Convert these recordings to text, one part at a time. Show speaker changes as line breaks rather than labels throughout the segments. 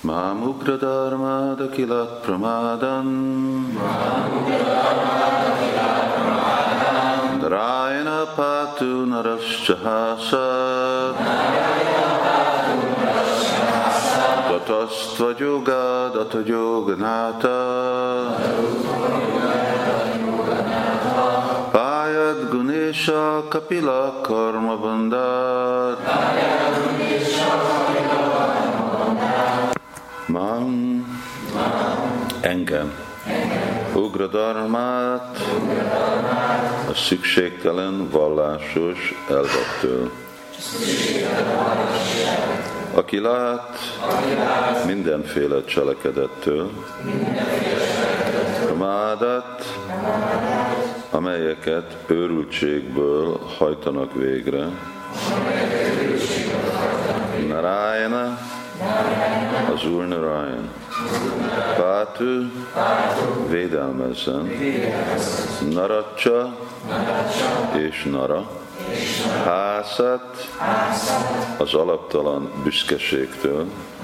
Mámugra dharmáda kilat pramádan Drájana pátu narascsahásat Tatasztva jogad atajoganáta Pályad Gunesha kapila karma bandát Mám engem, Ugradharmát, a szükségtelen vallásos elvettől. Aki lát mindenféle cselekedettől, Pramádát, amelyeket őrültségből hajtanak végre, Narayana, az Úr Narayan, Pátu, védelmezzen, Naracsa és Nara, Hásat, az alaptalan büszkeségtől,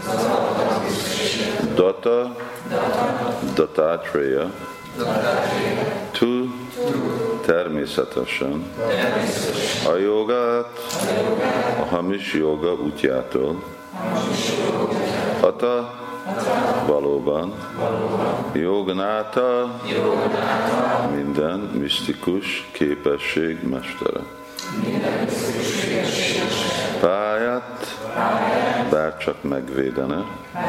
Data, Dattatreya, Tu, természetesen, a jogát, a hamis joga útjától, Ata, valóban, Jognáta, minden misztikus képesség mestere. Pályát, bárcsak megvédene,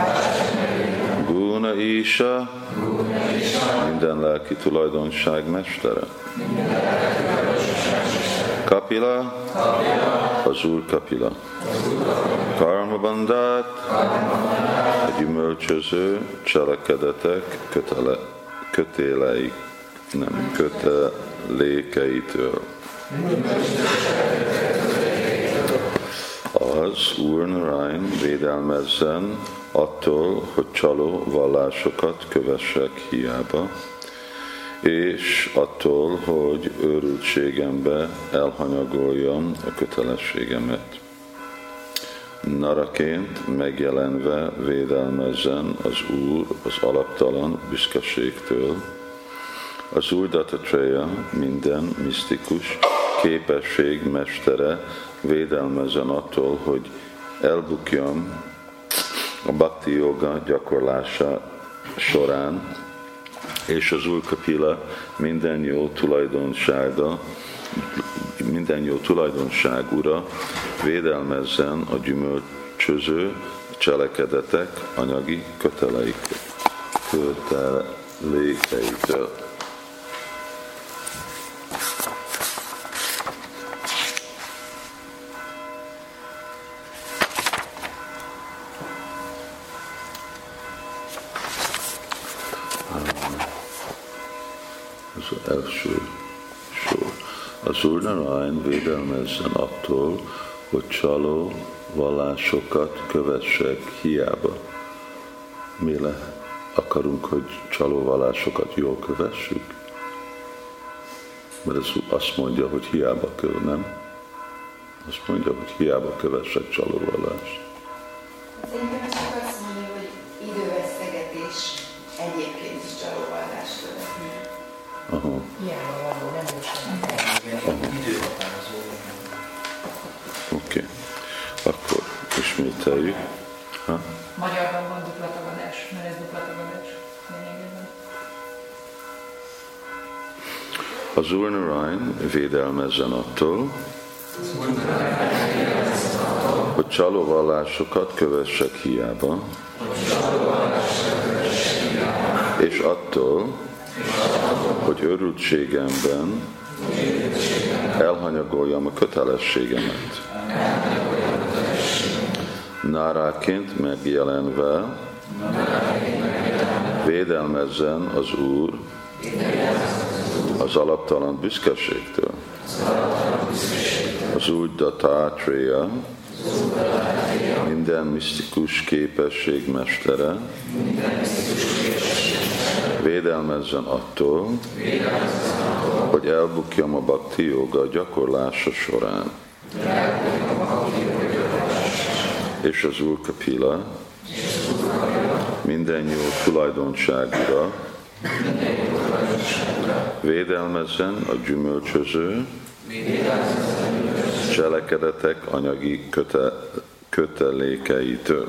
Guna Isa, minden lelki tulajdonság mestere. Kapila, az Úr Kapila. Karma bandát, a gyümölcsöző cselekedetek kötelékeitől. Az Úr Narayan védelmezzen attól, hogy csaló vallásokat kövessek hiába, és attól, hogy őrültségembe elhanyagoljam a kötelességemet. Naraként megjelenve védelmezzen az Úr az alaptalan büszkeségtől. Az Úr Dattatreya, minden misztikus képesség mestere védelmezzen attól, hogy elbukjam a bhakti joga gyakorlása során, és az Úr Kapila minden jó tulajdonság ura védelmezzen a gyümölcsöző cselekedetek anyagi kötelékeitől. Az első sor. Az Úr Narayan védelmezzen attól, hogy csaló vallásokat kövessek hiába. Mi akarunk, hogy csaló vallásokat jól kövessük? Mert ez azt mondja, hogy hiába nem? Azt mondja, hogy hiába kövessek csaló vallást.
Szerintem csak azt mondja, hogy idővesztegetés egyébként is csalóvallás követni.
Aha.
Hiába való, nem újság. Időhatározó.
Oké. Akkor ismételjük.
Magyarban van dupla tagadás, mert ez dupla tagadás.
Az Úr Narayan védelmezzen attól, hogy csaló vallásokat kövessek hiába, és attól, hogy örültségemben elhanyagoljam a kötelességemet. Náráként megjelenve védelmezzen az Úr az alaptalan büszkeségtől. Az Úr Dattatreya, minden misztikus képesség mestere, védelmezzen attól, hogy elbukjam a bhakti joga gyakorlása során. És az Úr Kapila, minden jó tulajdonságra, védelmezzen a gyümölcsöző cselekedetek anyagi kötelékeitől.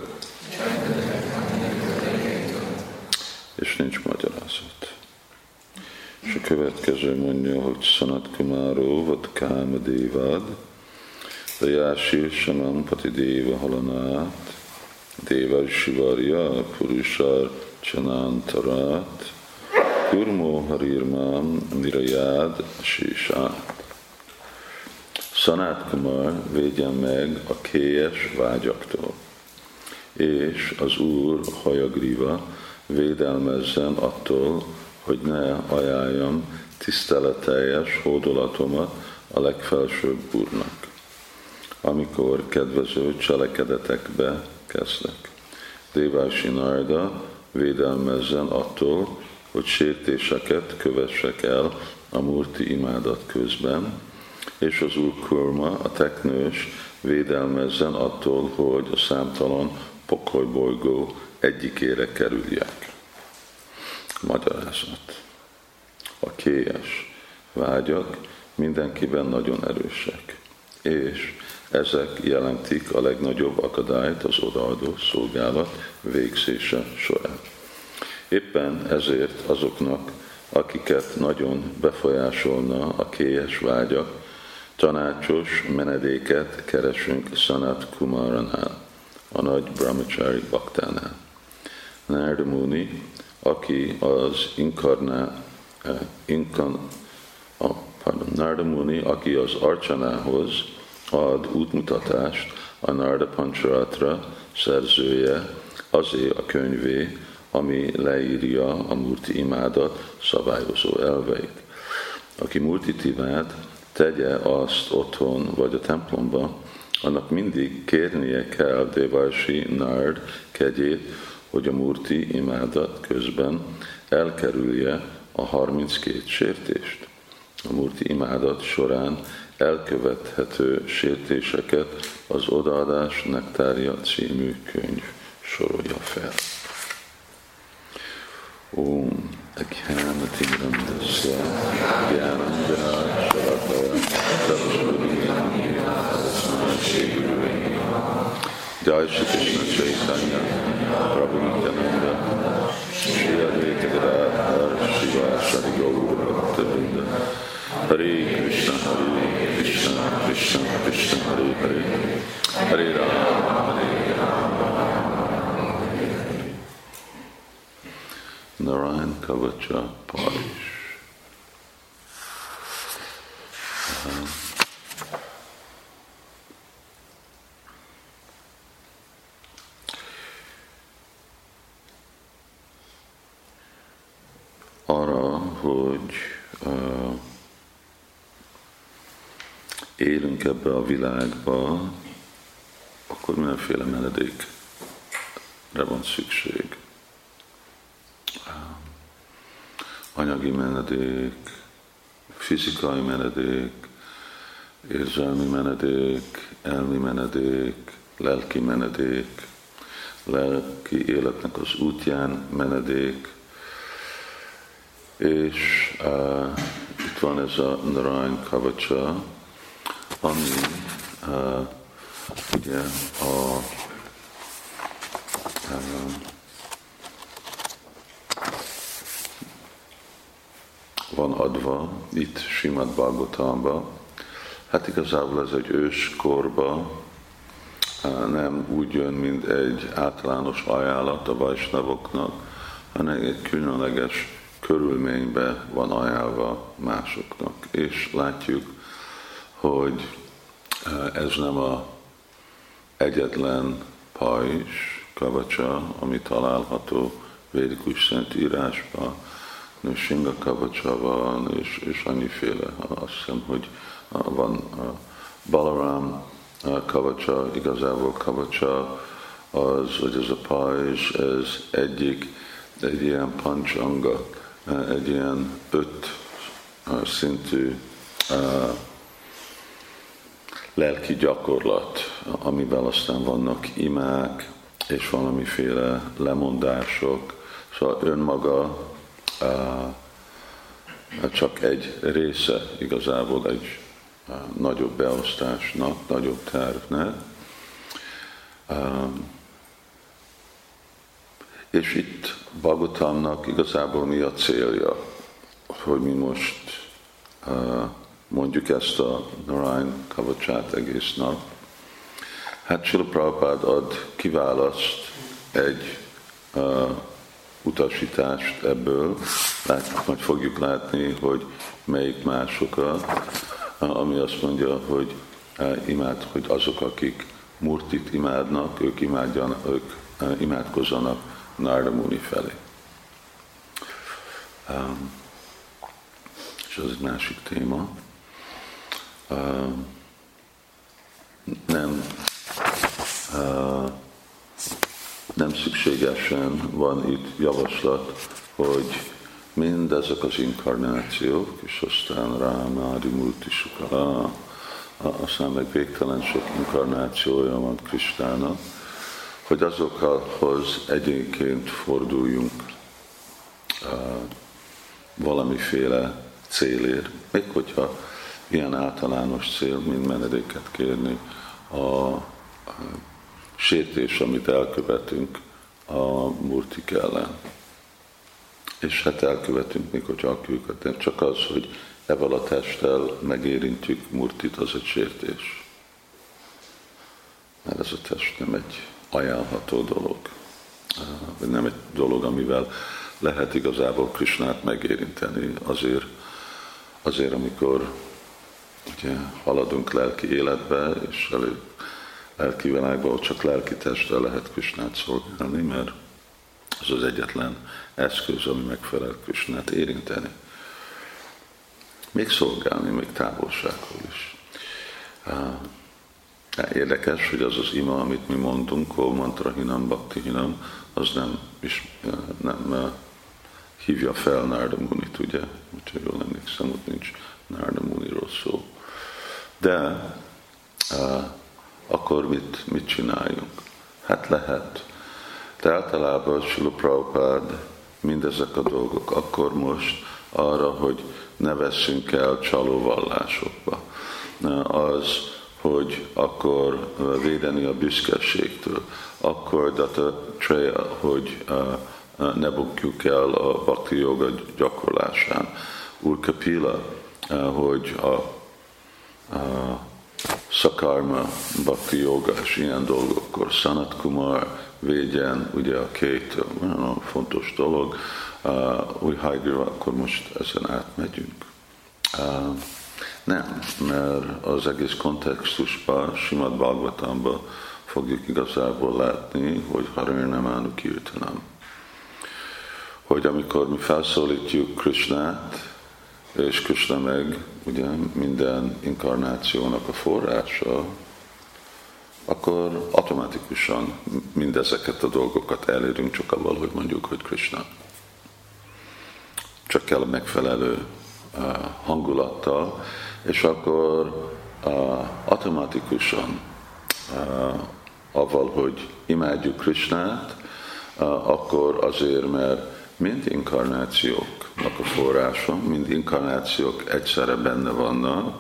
És nincs magyarázat. És a következő mondja, hogy Sanat Kumaro vad Kámadevad, Vajási Samam Pati Deva Halanát, Deva Shivarya Purusar Chanantarat, Kurmo Harirmam Nirayad Sisát. Sanat Kumar védjen meg a kélyes vágyaktól, és az Úr Hajagriva védelmezzen attól, hogy ne ajánljam tiszteleteljes hódolatomat a legfelsőbb Úrnak, amikor kedvező cselekedetekbe kezdek. Devási Narada védelmezzen attól, hogy sértéseket kövessek el a Murti imádat közben, és az Úr Kurma, a teknős védelmezzen attól, hogy a számtalan pokolybolygó egyikére kerüljek. Magyarázat. A kélyes vágyak mindenkiben nagyon erősek, és ezek jelentik a legnagyobb akadályt az odaadó szolgálat végzése során. Éppen ezért azoknak, akiket nagyon befolyásolna a kélyes vágyak, tanácsos menedéket keresünk Sanat Kumaránál, a nagy brahmachari baktánál. Narada Muni, aki az Narada Muni, aki az arcsanához ad útmutatást, a Narada Pancharatra szerzője, azé a könyvé, ami leírja a Murti imádat szabályozó elveit. Aki Murtit imád, tegye azt otthon vagy a templomba, annak mindig kérnie kell Devarsi Nard kegyét, hogy a Murti imádat közben elkerülje a 32 sértést. A Murti imádat során elkövethető sértéseket az Odaadás Nektárja című könyv sorolja fel. Om Ekhyanatirandasya Gyanandana Sarakaya Jai Shri Krishna Chaitanya Prabhu Nityananda Shri Advaita Gadadhar Shivasari Gaura Bhaktavinda Hare Krishna Krishna Krishna Hare Hare Hare Rama Hare Rama Narayan Kavacha Parish. Arra, hogy élünk ebbe a világba, akkor mindenféle menedékre van szükség. Anyagi menedék, fizikai menedék, érzelmi menedék, elmi menedék, lelki menedék, lelki életnek az útján menedék, és itt van ez a Narayan Kavacha, ami ugye van adva itt Srimad Bhagavatamban. Hát igazából ez egy őskorba nem úgy jön, mint egy általános ajánlat a Vaisnavoknak, hanem egy különleges körülményben van ajánlva másoknak. És látjuk, hogy ez nem az egyetlen pajzs, kavacsa, ami található védikus szentírásban, Nrsimha Kavacsa van, és annyiféle. Azt hiszem, hogy van Balaram Kavacsa, igazából Kavacsa, az, hogy ez a pajzs, ez egy ilyen pancsanga, egy ilyen 5 szintű lelki gyakorlat, amivel aztán vannak imák, és valamiféle lemondások, szóval önmaga csak egy része igazából egy nagyobb beosztásnak, nagyobb tervnek. És itt Bhagavatamnak igazából mi a célja, hogy mi most mondjuk ezt a Narayan Kavachát egész nap. Hát Srila Prabhupád ad kiválaszt egy utasítást ebből, majd fogjuk látni, hogy melyik másokat, ami azt mondja, hogy hogy azok, akik Murtit imádnak, ők imádkozzanak Narada Muni felé. És az egy másik téma. Nem szükségesen van itt javaslat, hogy mindezek az inkarnációk, és aztán Ráma, Adi Murti Sukala, aztán meg végtelen sok inkarnációja van Krisnának, hogy azokhoz egyébként forduljunk valamiféle célért, még hogyha ilyen általános cél, mint menedéket kérni, a sértés, amit elkövetünk a murtik ellen. És hát elkövetünk, mikor csak őket, nem csak az, hogy evel a testtel megérintjük murtit, az egy sértés. Mert ez a test nem egy ajánlható dolog, vagy nem egy dolog, amivel lehet igazából Krisnát megérinteni. Azért amikor ugye, haladunk lelki életbe, és lelki világban, csak lelki testtel lehet Krisnát szolgálni, mert az az egyetlen eszköz, ami megfelel Krisnát érinteni. Még szolgálni, még távolságból is. Érdekes, hogy az az ima, amit mi mondunk, Ko mantra hinam, bhakti hinam, az nem hívja fel Narada Munit, ugye? Úgyhogy jól emlékszem, ott nincs Narada Muniról szó. De akkor mit csináljunk? Hát lehet. De általában Srila Prabhupád mindezek a dolgok akkor most arra, hogy ne veszünk el csalóvallásokba. Az, hogy akkor védeni a büszkeségtől, akkor hogy ne bukjuk el a bhakti joga gyakorlásán. Úr Kapila, hogy a szakarma bhakti joga és ilyen dolgokkor Sanat Kumar védjen ugye a két nagyon fontos dolog, új Haigra, akkor most ezen átmegyünk. Nem, mert az egész kontextusban, Simad Bhagavatamban fogjuk igazából látni, hogy Harinam Kirtanam. Hogy amikor mi felszólítjuk Krisnát, és Krishna meg ugye minden inkarnációnak a forrása, akkor automatikusan mindezeket a dolgokat elérünk csak avval, hogy mondjuk, hogy Krishna. Csak kell a megfelelő hangulattal, és akkor automatikusan avval, hogy imádjuk Krisnát, akkor azért, mert mind inkarnációknak a forrása, mind inkarnációk egyszerre benne vannak,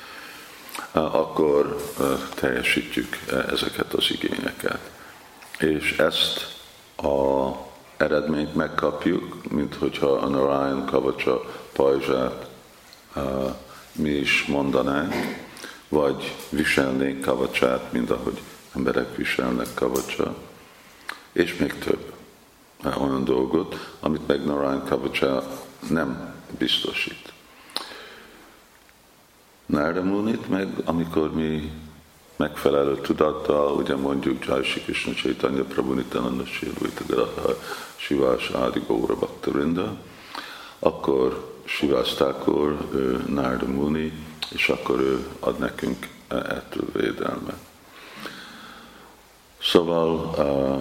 akkor teljesítjük ezeket az igényeket. És ezt az eredményt megkapjuk, mint hogyha a Narayan Kavacsa pajzsát mi is mondanánk, vagy viselnénk kavacsát, mint ahogy emberek viselnek kavacsa, és még több olyan dolgot, amit meg Narayan Kavacsa nem biztosít. Narada Munit meg, amikor mi megfelelő tudattal, ugye mondjuk Jai Shri Krishna Chaitanya Prabhu Nityananda Shri Advaita Gadadhar Sivas Adi Gaura Bhaktarinda, akkor Sivas Thakur, Narada Muni, és akkor ő ad nekünk ettől védelmet. Szóval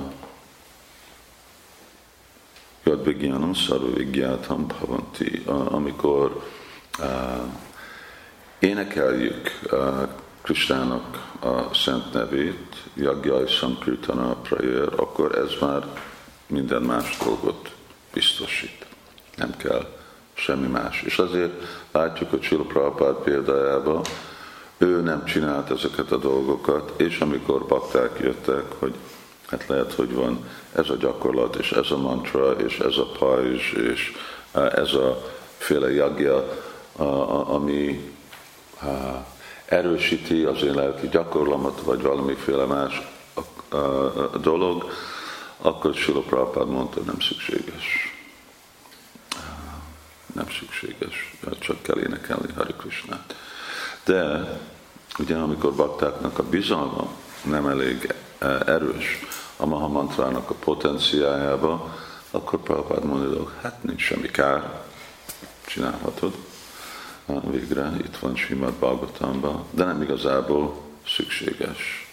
Yad Vigyanam Sarva Vigyatam Bhavanti, amikor énekeljük Krisnának a szent nevét, Yagyai Sankirtana Prayer, akkor ez már minden más dolgot biztosít. Nem kell semmi más. És azért látjuk, hogy Srila Prabhupád példájában ő nem csinált ezeket a dolgokat, és amikor bakták jöttek, hogy hát lehet, hogy van ez a gyakorlat, és ez a mantra, és ez a pajzs, és ez a féle yagya, ami erősíti az én lelki gyakorlamat, vagy valamiféle más dolog, akkor Srila Prabhupád mondta, nem szükséges. Nem szükséges, csak kell énekelni Hare Krishnát. De ugye amikor baktáknak a bizalma nem elég erős a Maha Mantrának a potenciájába, akkor Prabhupád mondja, hát nincs semmi kár, csinálhatod. Végre itt van Srimad Bhagavatamban, de nem igazából szükséges,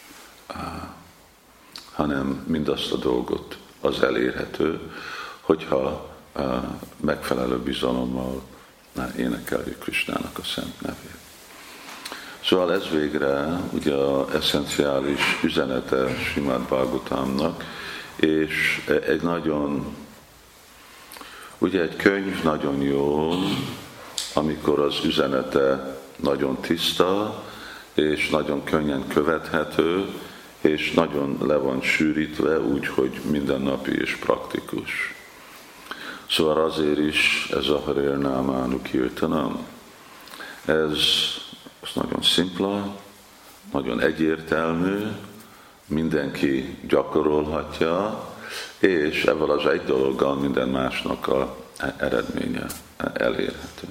hanem mindazt a dolgot az elérhető, hogyha megfelelő bizalommal énekeljük Krisnának a szent nevét. Szóval ez végre ugye az eszenciális üzenete Srimad Bhagavatamnak, és egy nagyon, ugye egy könyv nagyon jó, amikor az üzenete nagyon tiszta, és nagyon könnyen követhető, és nagyon le van sűrítve, úgyhogy mindennapi és praktikus. Szóval azért is ez a Harér Námánu Kirtanam, ez nagyon szimpla, nagyon egyértelmű, mindenki gyakorolhatja, és ebből az egy dologgal minden másnak az eredménye elérhető.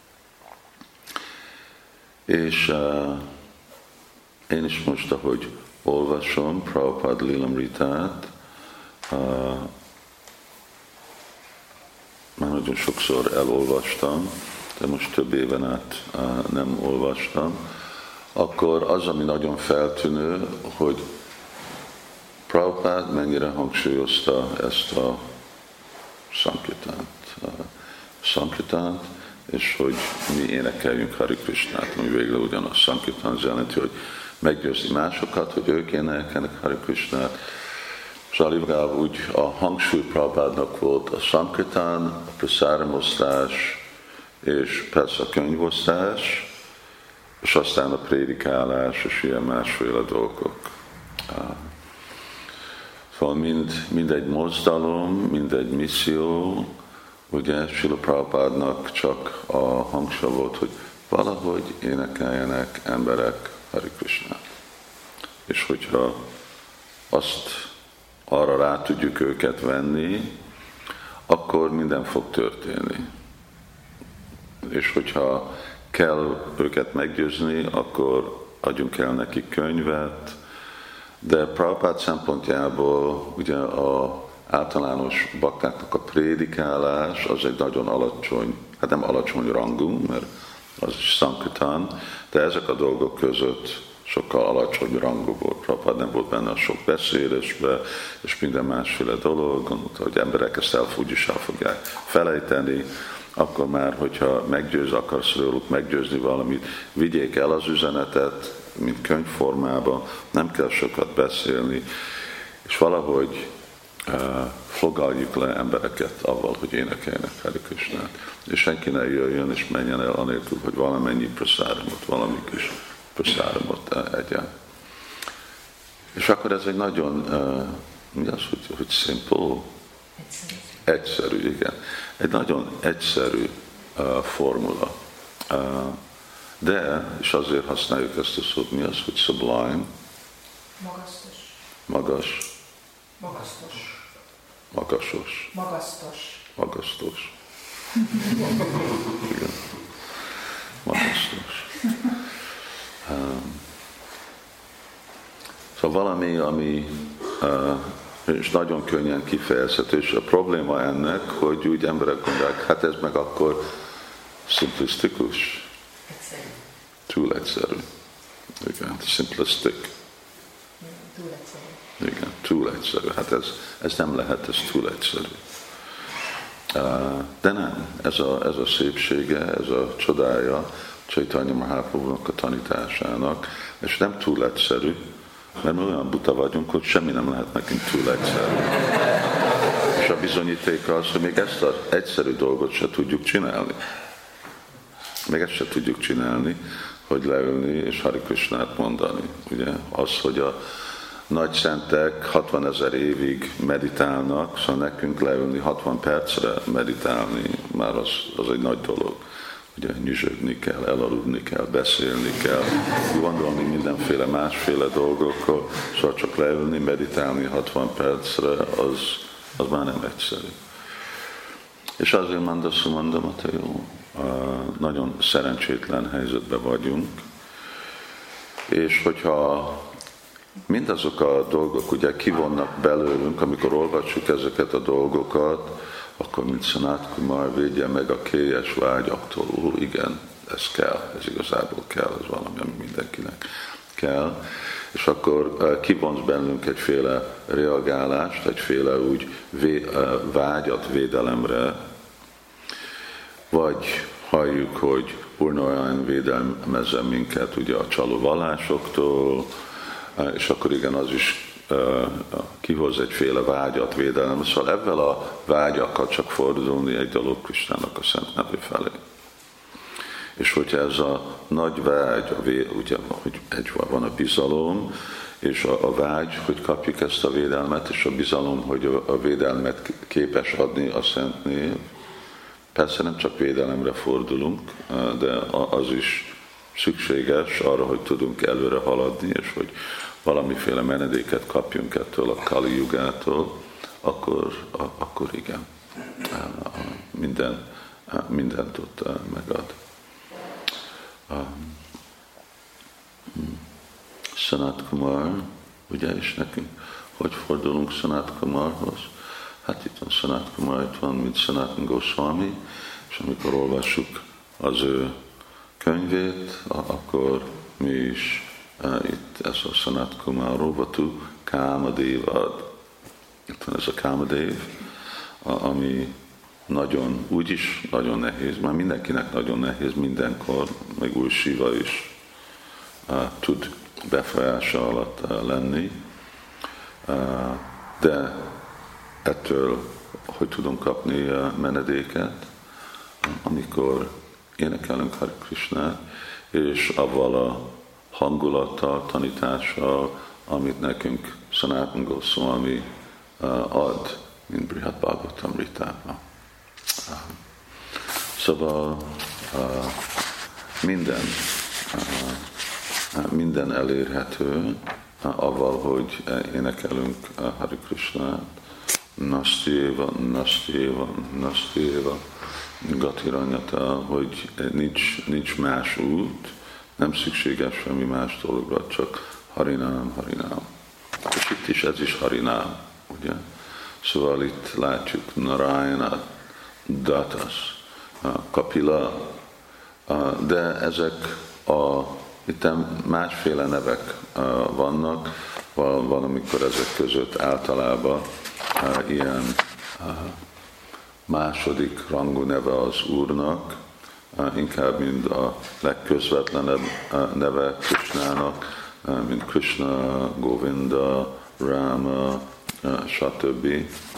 És én is most, ahogy olvasom Prabhupád Lilamritát, már nagyon sokszor elolvastam, de most több éven át nem olvastam, akkor az, ami nagyon feltűnő, hogy Prabhupád mennyire hangsúlyozta ezt a Sankirtánt, és hogy mi énekeljünk Hare Krishnát, ami végre ugyanaz. Sankirtán jelenti, hogy meggyőzni másokat, hogy ők énekelnek Hare Krishnát. Szóval úgy a hangsúly Prabhupádnak volt a Sankirtán, a praszáramosztás, és persze a könyvosztás, és aztán a prédikálás, és ilyen másféle dolgok. Szóval mind egy mozdalom, mind egy misszió, ugye Srila Prabhupádnak csak a hangsúly volt, hogy valahogy énekeljenek emberek Hare Krishnát. És hogyha azt arra rá tudjuk őket venni, akkor minden fog történni. És hogyha kell őket meggyőzni, akkor adjunk el nekik könyvet, de Prabhupád szempontjából ugye az általános baktáknak a prédikálás az egy nagyon alacsony, hát nem alacsony rangú, mert az is Sankirtán, de ezek a dolgok között sokkal alacsony rangú volt. Prabhupád nem volt benne a sok beszélésbe, és minden másféle dolog, gondolta, hogy emberek ezt úgyis el fogják felejteni, akkor már, hogyha akarsz róluk meggyőzni valamit, vigyék el az üzenetet, mint könyvformában, nem kell sokat beszélni, és valahogy fogaljuk le embereket avval, hogy énekeljenek Hare Krishnát. És senki ne jöjjön és menjen el anélkül, hogy valamennyi praszáramot, valami kis praszáramot egyen. És akkor ez egy nagyon, mi az, hogy simple? Egyszerű, igen. Egy nagyon egyszerű formula. De, és azért használjuk ezt a szót, mi az, hogy sublime?
Magasztos.
Magas.
Magasztos.
Magasos.
Magasztos.
Magasztos. Igen. Magasztos. Szóval valami, ami és nagyon könnyen kifejezhető, és a probléma ennek, hogy úgy emberek gondolják, hát ez meg akkor szimplisztikus.
Egyszerű.
Túl egyszerű. Igen, simplistic.
Túl egyszerű.
Igen, túl egyszerű. Hát ez nem lehet, ez túl egyszerű. De nem, ez a szépsége, ez a csodája Chaitanya Mahaprabhunak a tanításának, és nem túl egyszerű, mert mi olyan buta vagyunk, hogy semmi nem lehet nekünk túl egyszerű. És a bizonyíték az, hogy még ezt az egyszerű dolgot se tudjuk csinálni. Még ezt se tudjuk csinálni, hogy leülni és Hare Krishnát mondani. Ugye? Az, hogy a nagy szentek 60 000 évig meditálnak, szóval nekünk leülni 60 percre meditálni, már az egy nagy dolog. Ugye nyüzsögni kell, elaludni kell, beszélni kell, gondolni mindenféle másféle dolgokról, szóval csak leülni, meditálni 60 percre, az már nem egyszerű. És azért mondom, hogy jó, nagyon szerencsétlen helyzetben vagyunk, és hogyha mindazok a dolgok ugye kivonnak belőlünk, amikor olvassuk ezeket a dolgokat, akkor mint Sanat Kumar védje meg a kélyes vágyaktól. Igen, ez kell, ez igazából kell, ez valami, ami mindenkinek kell. És akkor kivonz bennünk egyféle reagálást, egyféle úgy vágyat védelemre, vagy halljuk, hogy Úrnarayan védelmezzen minket ugye a csaló vallásoktól, és akkor igen, az is kihoz egyféle vágyat, védelem. Szóval ebben a vágyakkal csak fordulni egy dolog Krisnának a szent nevű felé. És hogyha ez a nagy vágy, ugye, hogy van a bizalom, és a vágy, hogy kapjuk ezt a védelmet, és a bizalom, hogy a védelmet képes adni a szent név. Persze nem csak védelemre fordulunk, de az is szükséges arra, hogy tudunk előre haladni, és hogy valamiféle menedéket kapjunk ettől a Kali Jugától, akkor igen, mindent ott megad. Sanat Kumar, ugye, és nekünk hogy fordulunk Sanat Kumarhoz? Hát itt van Sanat Kumar, itt van, mint Sanatan Goswami, és amikor olvassuk az ő könyvét, akkor mi is itt ez a Sanat Kumar Rovatu Kámadévad. Itt van ez a Kámadév, ami nagyon, úgyis nagyon nehéz, már mindenkinek nagyon nehéz mindenkor, meg új Siva is tud befolyása alatt lenni, de ettől hogy tudunk kapni menedéket, amikor énekelünk Hare Krishnát, és avval a hangulattal, tanítással, amit nekünk Sanatan Goswami ad, mint Brihad Bhagavatamritában. Szóval minden elérhető avval, hogy énekelünk Hare Krishnát, Nastyeva, Nastyeva, Nastyeva, Gatiranyata, hogy nincs más út, nem szükséges semmi más dologra, csak Harinám, Harinám. És itt is ez is Harinám, ugye? Szóval itt látjuk Narayana, Datas, Kapila, de ezek itt másféle nevek vannak, valamikor ezek között általában ilyen második rangú neve az Úrnak, inkább mint a legközvetlenebb neve Krishnának, mint Krishna, Govinda, Rama, stb.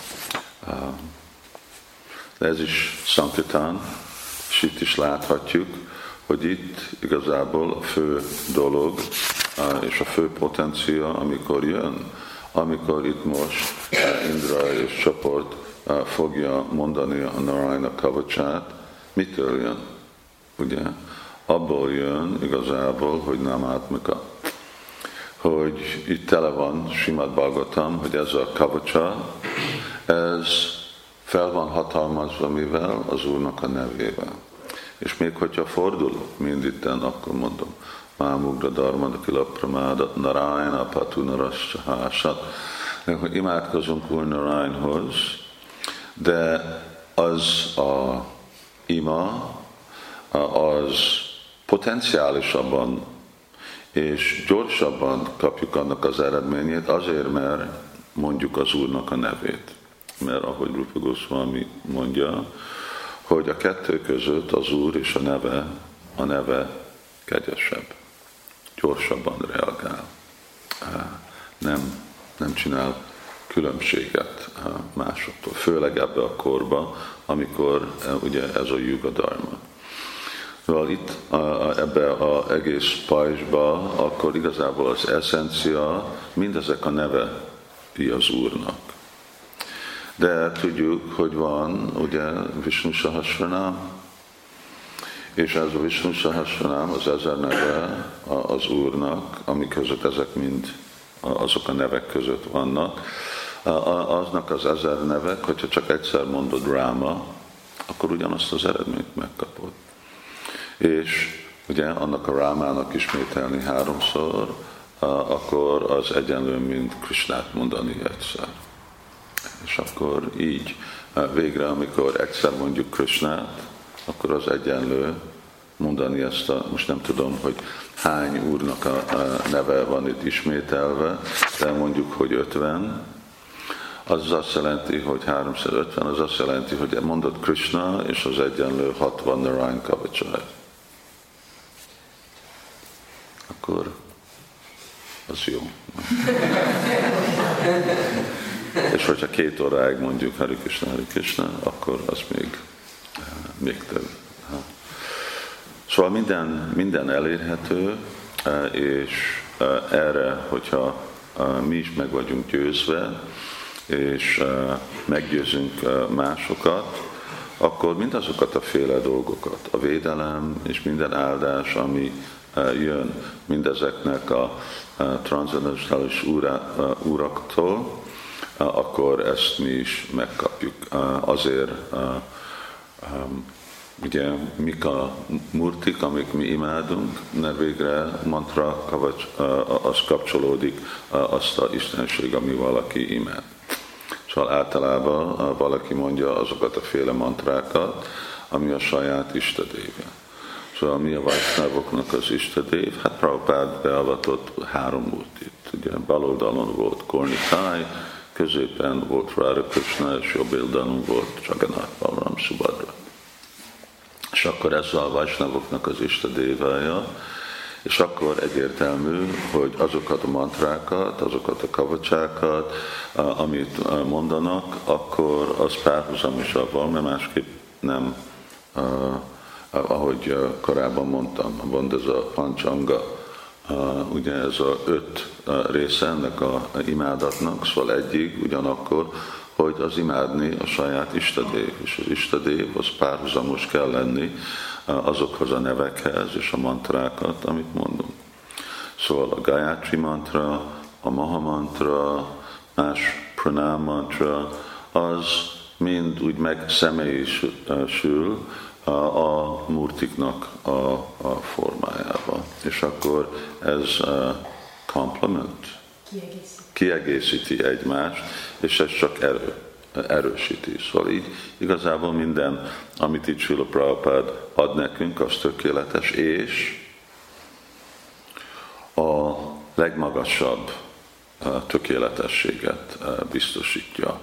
De ez is Sankirtan, és itt is láthatjuk, hogy itt igazából a fő dolog és a fő potencia, amikor jön, amikor itt most Indra és csoport fogja mondani a Narayana Kavacsát, mitől jön? Ugye? Abból jön igazából, hogy nem átmika. Hogy itt tele van Srimad Bhagavatam, hogy ez a Kavacsa, ez fel van hatalmazva mivel? Az Úrnak a nevével. És még hogyha fordulok minditten, akkor mondom, Mámugra Dharmada Kila Pramádat Narayana Patu Narascsahásat, hogy imádkozunk Úr Narayanahoz, de az a ima, az potenciálisabban és gyorsabban kapjuk annak az eredményét, azért, mert mondjuk az Úrnak a nevét. Mert ahogy Rupa Goswami mondja, hogy a kettő között az Úr és a neve a neve kegyesebb, gyorsabban reagál, nem csinál különbséget másoktól, főleg ebbe a korba, amikor ugye ez a Yuga Dharma. Szóval itt ebbe az egész pajzsba, akkor igazából az eszencia, mindezek a neve az Úrnak. De tudjuk, hogy van ugye Vishnu Sahasranam, és ez a Vishnu Sahasranam, az 1000 neve az Úrnak, amik között ezek mind azok a nevek között vannak. Aznak az 1000 nevek, hogyha csak egyszer mondod Ráma, akkor ugyanazt az eredményt megkapod. És ugye annak a Rámának ismételni 3-szor, akkor az egyenlő, mint Krishnát mondani egyszer. És akkor így végre, amikor egyszer mondjuk Krishnát, akkor az egyenlő mondani ezt most nem tudom, hogy hány úrnak a neve van itt ismételve, de mondjuk, hogy 50, az azt jelenti, hogy 350, az azt jelenti, hogy mondod Krishna, és az egyenlő 60 Narayan Kavachai. Akkor az jó. És hogyha 2 óráig mondjuk Hare Krishna, akkor az még több. Szóval minden elérhető, és erre, hogyha mi is meg vagyunk győzve, és meggyőzünk másokat, akkor mindazokat a féle dolgokat, a védelem és minden áldás, ami jön mindezeknek a transzendentális uraktól, akkor ezt mi is megkapjuk. Azért ugye mik a murtik, amik mi imádunk, mert végre mantra kavacs, az kapcsolódik azt a istenség, ami valaki imád. Szóval általában valaki mondja azokat a féle mantrákat, ami a saját istedéve. Szóval mi a Vaisnavoknak az istedév? Hát Prabhupád beavatott 3 murtit. Ugye bal oldalon volt Kornikai, középen volt Radha Krishna, és jobb oldalon volt Jagannath Balaram Subhadra. És akkor ez a Vaisnavoknak az istedévája, és akkor egyértelmű, hogy azokat a mantrákat, azokat a kavacsákat, amit mondanak, akkor az párhuzamosabb, mert másképp nem, ahogy korábban mondtam, van ez a pancsanga, ugye ez a 5 része ennek a imádatnak, szóval egyik ugyanakkor, hogy az imádni a saját istedév, és az istedév az párhuzamos kell lenni azokhoz a nevekhez és a mantrákat, amit mondunk. Szóval a Gayatri mantra, a Maha mantra, más Pranam mantra, az mind úgy megszemélyisül a murtiknak a formájába. És akkor ez complement, kiegészíti egymást, és ez csak erősíti. Szóval így igazából minden, amit itt Srila Prabhupád ad nekünk, az tökéletes, és a legmagasabb tökéletességet biztosítja.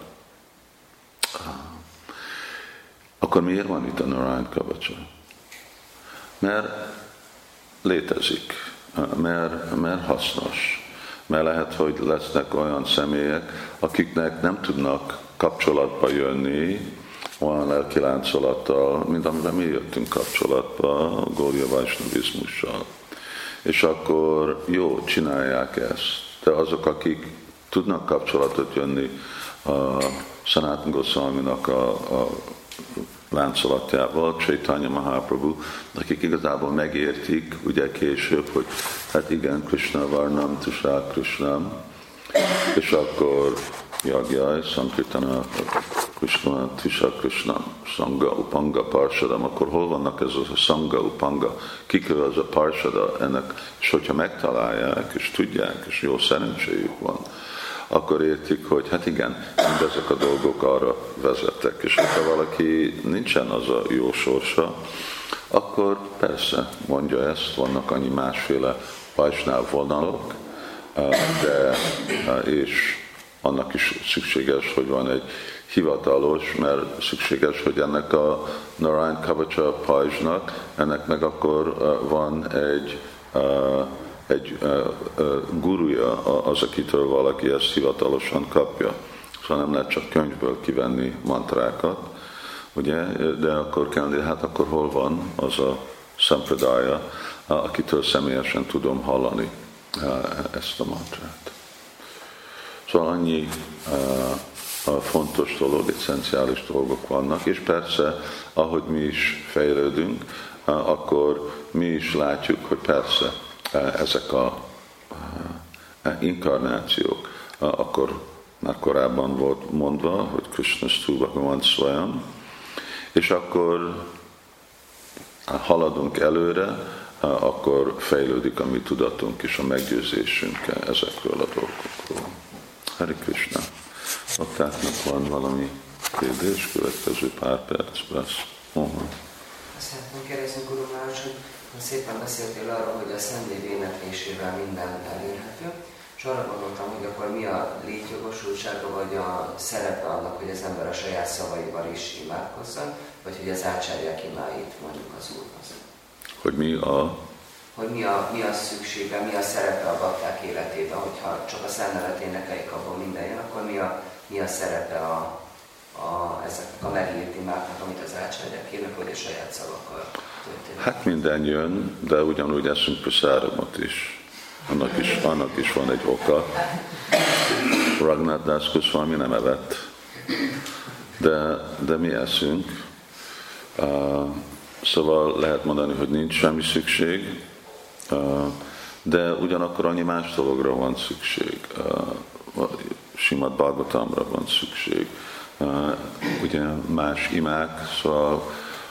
Akkor miért van itt a Narayan Kavacsa? Mert létezik, mert hasznos. Mert lehet, hogy lesznek olyan személyek, akiknek nem tudnak kapcsolatba jönni olyan lelki láncolattal, mint amiben mi jöttünk kapcsolatba, a Gaudiya Vaisnavizmussal. És akkor jó, csinálják ezt. De azok, akik tudnak kapcsolatot jönni a Sanatana Goswaminak a láncolatjával, Chaitanya Mahaprabhu, akik igazából megértik, ugye később, hogy hát igen, Krishna Varnam, Tushar Krishnam, és akkor Jagjaj, Sankirtana Krishna, Tushar Krishnam, Sangha, Upanga, Parsadam, akkor hol vannak ez a Sangha, Upanga, kikő az a Parsada ennek, és hogyha megtalálják, és tudják, és jó szerencséjük van, akkor értik, hogy hát igen, mindezek a dolgok arra vezettek, és ha valaki nincsen az a jó sorsa, akkor persze mondja ezt, vannak annyi másféle Vaisnáv vonalok, de és annak is szükséges, hogy van egy hivatalos, mert szükséges, hogy ennek a Narayan Kavacsa pajzsnak, ennek meg akkor van egy guruja az, akitől valaki ezt hivatalosan kapja. Szóval nem lehet csak könyvből kivenni mantrákat, ugye? De akkor kell, hát akkor hol van az a szampradája, akitől személyesen tudom hallani ezt a mantrát. Szóval annyi fontos dolog, eszenciális dolgok vannak, és persze, ahogy mi is fejlődünk, akkor mi is látjuk, hogy persze ezek a inkarnációk, akkor már korábban volt mondva, hogy Krishna Stu Bhagavan Swayam, és akkor haladunk előre, akkor fejlődik a mi tudatunk és a meggyőzésünk ezekről a dolgokról. Hare Krishna. Baktáknak van valami kérdés, következő pár percben.
Szeretném kérdezni, Guru Maharaj, hogy szépen beszéltél arról, hogy a Szentlév éneklésével minden elérhető, és arra gondoltam, hogy akkor mi a létjogosultsága, vagy a szerepe annak, hogy az ember a saját szavaival is imádkozzon, vagy hogy az ácsárják imáit mondjuk az Úrhoz.
Hogy
mi a szüksége, mi a szerepe a bakták életében, hogyha csak a Szentnevet énekeljük, abból minden jön, akkor mi a szerepe ezeknek a megírt imáknak, amit az ácsárják írnak, vagy a saját szavakkal történik?
Hát minden jön, de ugyanúgy eszünk praszáramot is. Annak is van egy oka. Raghunath Das Goswami nem evett, de mi eszünk. Szóval lehet mondani, hogy nincs semmi szükség, de ugyanakkor annyi más dologra van szükség. Simad Bhagavatamra van szükség. Ugye más imák, szóval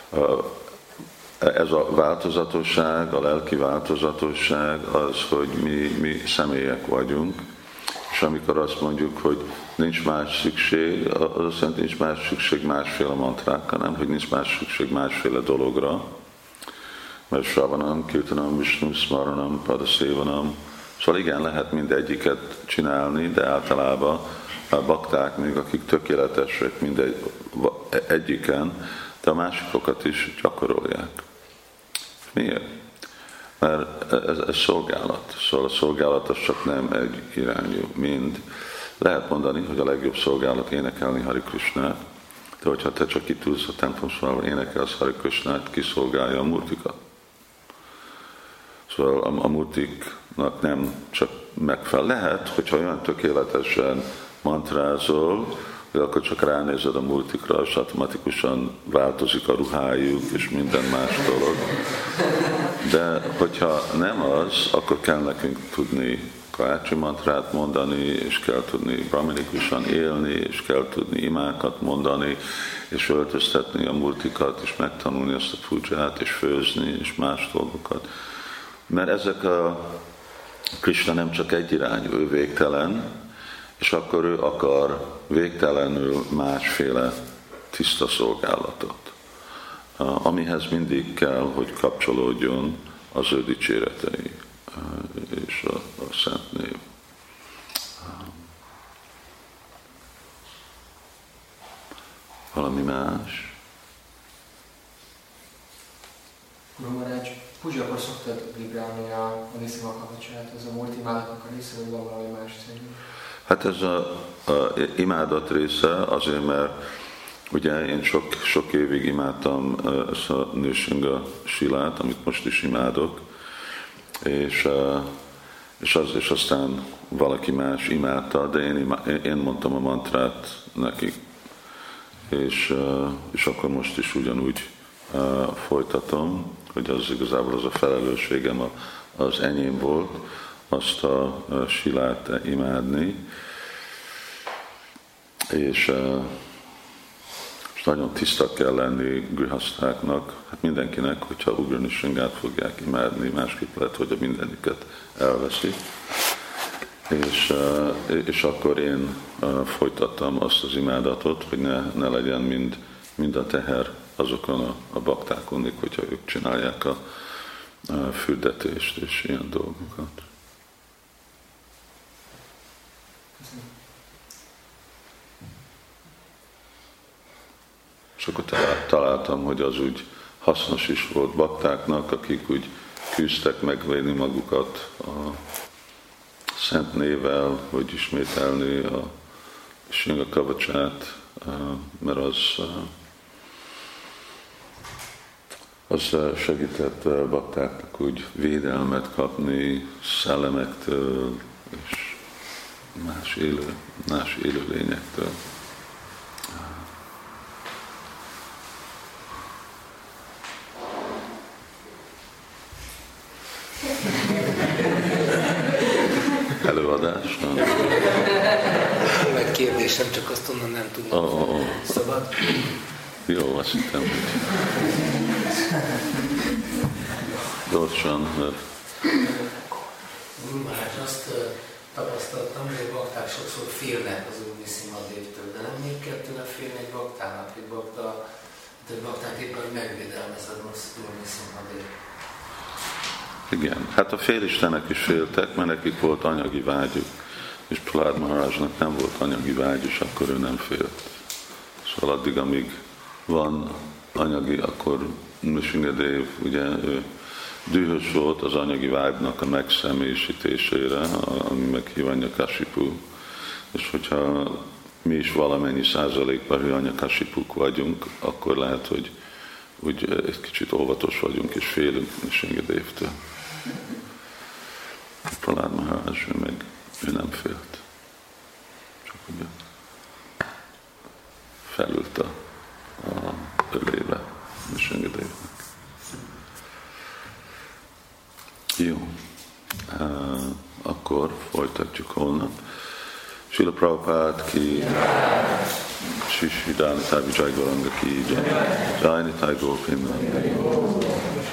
ez a változatosság, a lelki változatosság az, hogy mi személyek vagyunk, és amikor azt mondjuk, hogy nincs más szükség, az azt jelenti, nincs más szükség másféle mantrákra, nem, hogy nincs más szükség másféle dologra, mert Shravanam, Kirtanam, Vishnu, Smaranam, Padaszévanam, szóval igen, lehet mindegyiket csinálni, de általában a bakták még, akik tökéletesek egyiken, de a másikokat is gyakorolják. Miért? Mert ez szolgálat. Szóval a szolgálat az csak nem egy irányú, mind. Lehet mondani, hogy a legjobb szolgálat énekelni Hare Krishnát, de hogyha te csak itt ülsz a templomsorban, énekelsz Hare Krishnát, kiszolgálja a murtikat. Szóval a murtiknak nem csak megfelel. Lehet, hogyha olyan tökéletesen mantrázol, hogy akkor csak ránézed a multikra, és automatikusan változik a ruhájuk, és minden más dolog. De hogyha nem az, akkor kell nekünk tudni Gayatri mantrát mondani, és kell tudni brahmanikusan élni, és kell tudni imákat mondani, és öltöztetni a multikat, és megtanulni azt a puját, és főzni, és más dolgokat. Mert ezek a Krishna nem csak egyirányú, ő végtelen, és akkor ő akar végtelenül másféle tiszta szolgálatot, amihez mindig kell, hogy kapcsolódjon az ő dicséretei és a szent név. Valami más?
Guru Maharaj, puzsakor szoktad vibrálni a Niszima Kavacsát, az a múlt imádatnak a része, vagy van valami más cél?
Hát ez a imádat része azért, mert ugye én sok évig imádtam ezt a Nrsinga Silát, amit most is imádok, és aztán valaki más imádta, de én mondtam a mantrát nekik, és akkor most is ugyanúgy folytatom, hogy az igazából az a felelősségem az enyém volt, azt a silát imádni, és nagyon tiszta kell lenni grihasztáknak, hát mindenkinek, hogyha Ugra Nrisingát fogják imádni, másképp lehet, hogy a mindeniket elveszi. És akkor én folytattam azt az imádatot, hogy ne legyen mind a teher azokon a baktákon, hogyha ők csinálják a fürdetést és ilyen dolgokat. És akkor találtam, hogy az úgy hasznos is volt baktáknak, akik úgy küzdtek megvédni magukat a szent névvel, hogy ismételni a Sringa Kavacsát, mert az segített baktáknak úgy védelmet kapni szellemektől és más élőlényektől. Előadás?
Meg kérdésem, csak azt onnan nem tudom. Szabad?
Jó, azt hittem, hogy gyorsan, mert...
Már azt tapasztaltam, hogy a bakták sokszor félnek az Úr Nrsimhadevtől, de nem még kettőnek félni egy baktának, egy bakták éppen megvédelmez az Úr Nrsimhadev.
Igen, hát a félistenek is féltek, mert nekik volt anyagi vágyuk, és Prahlad Maharajnak nem volt anyagi vágy, és akkor ő nem félt. Szóval addig, amíg van anyagi, akkor Nrsimhadev, ugye ő dühös volt az anyagi vágynak a megszemélyisítésére, ami meg Hiranyakasipu, és hogyha mi is valamennyi százalékban Hiranyakasipuk vagyunk, akkor lehet, hogy úgy egy kicsit óvatos vagyunk és félünk Nrsimhadevtől. Prahlad Maharaj, ő nem félt. Csak ugye felült a ölébe Nrsimhadevnek. Jó. Akkor folytatjuk holnap. Srila Prabhupád ki, Sri Sri Dhanatha Vijay Gauranga ki, Jai Nitai Gopinam.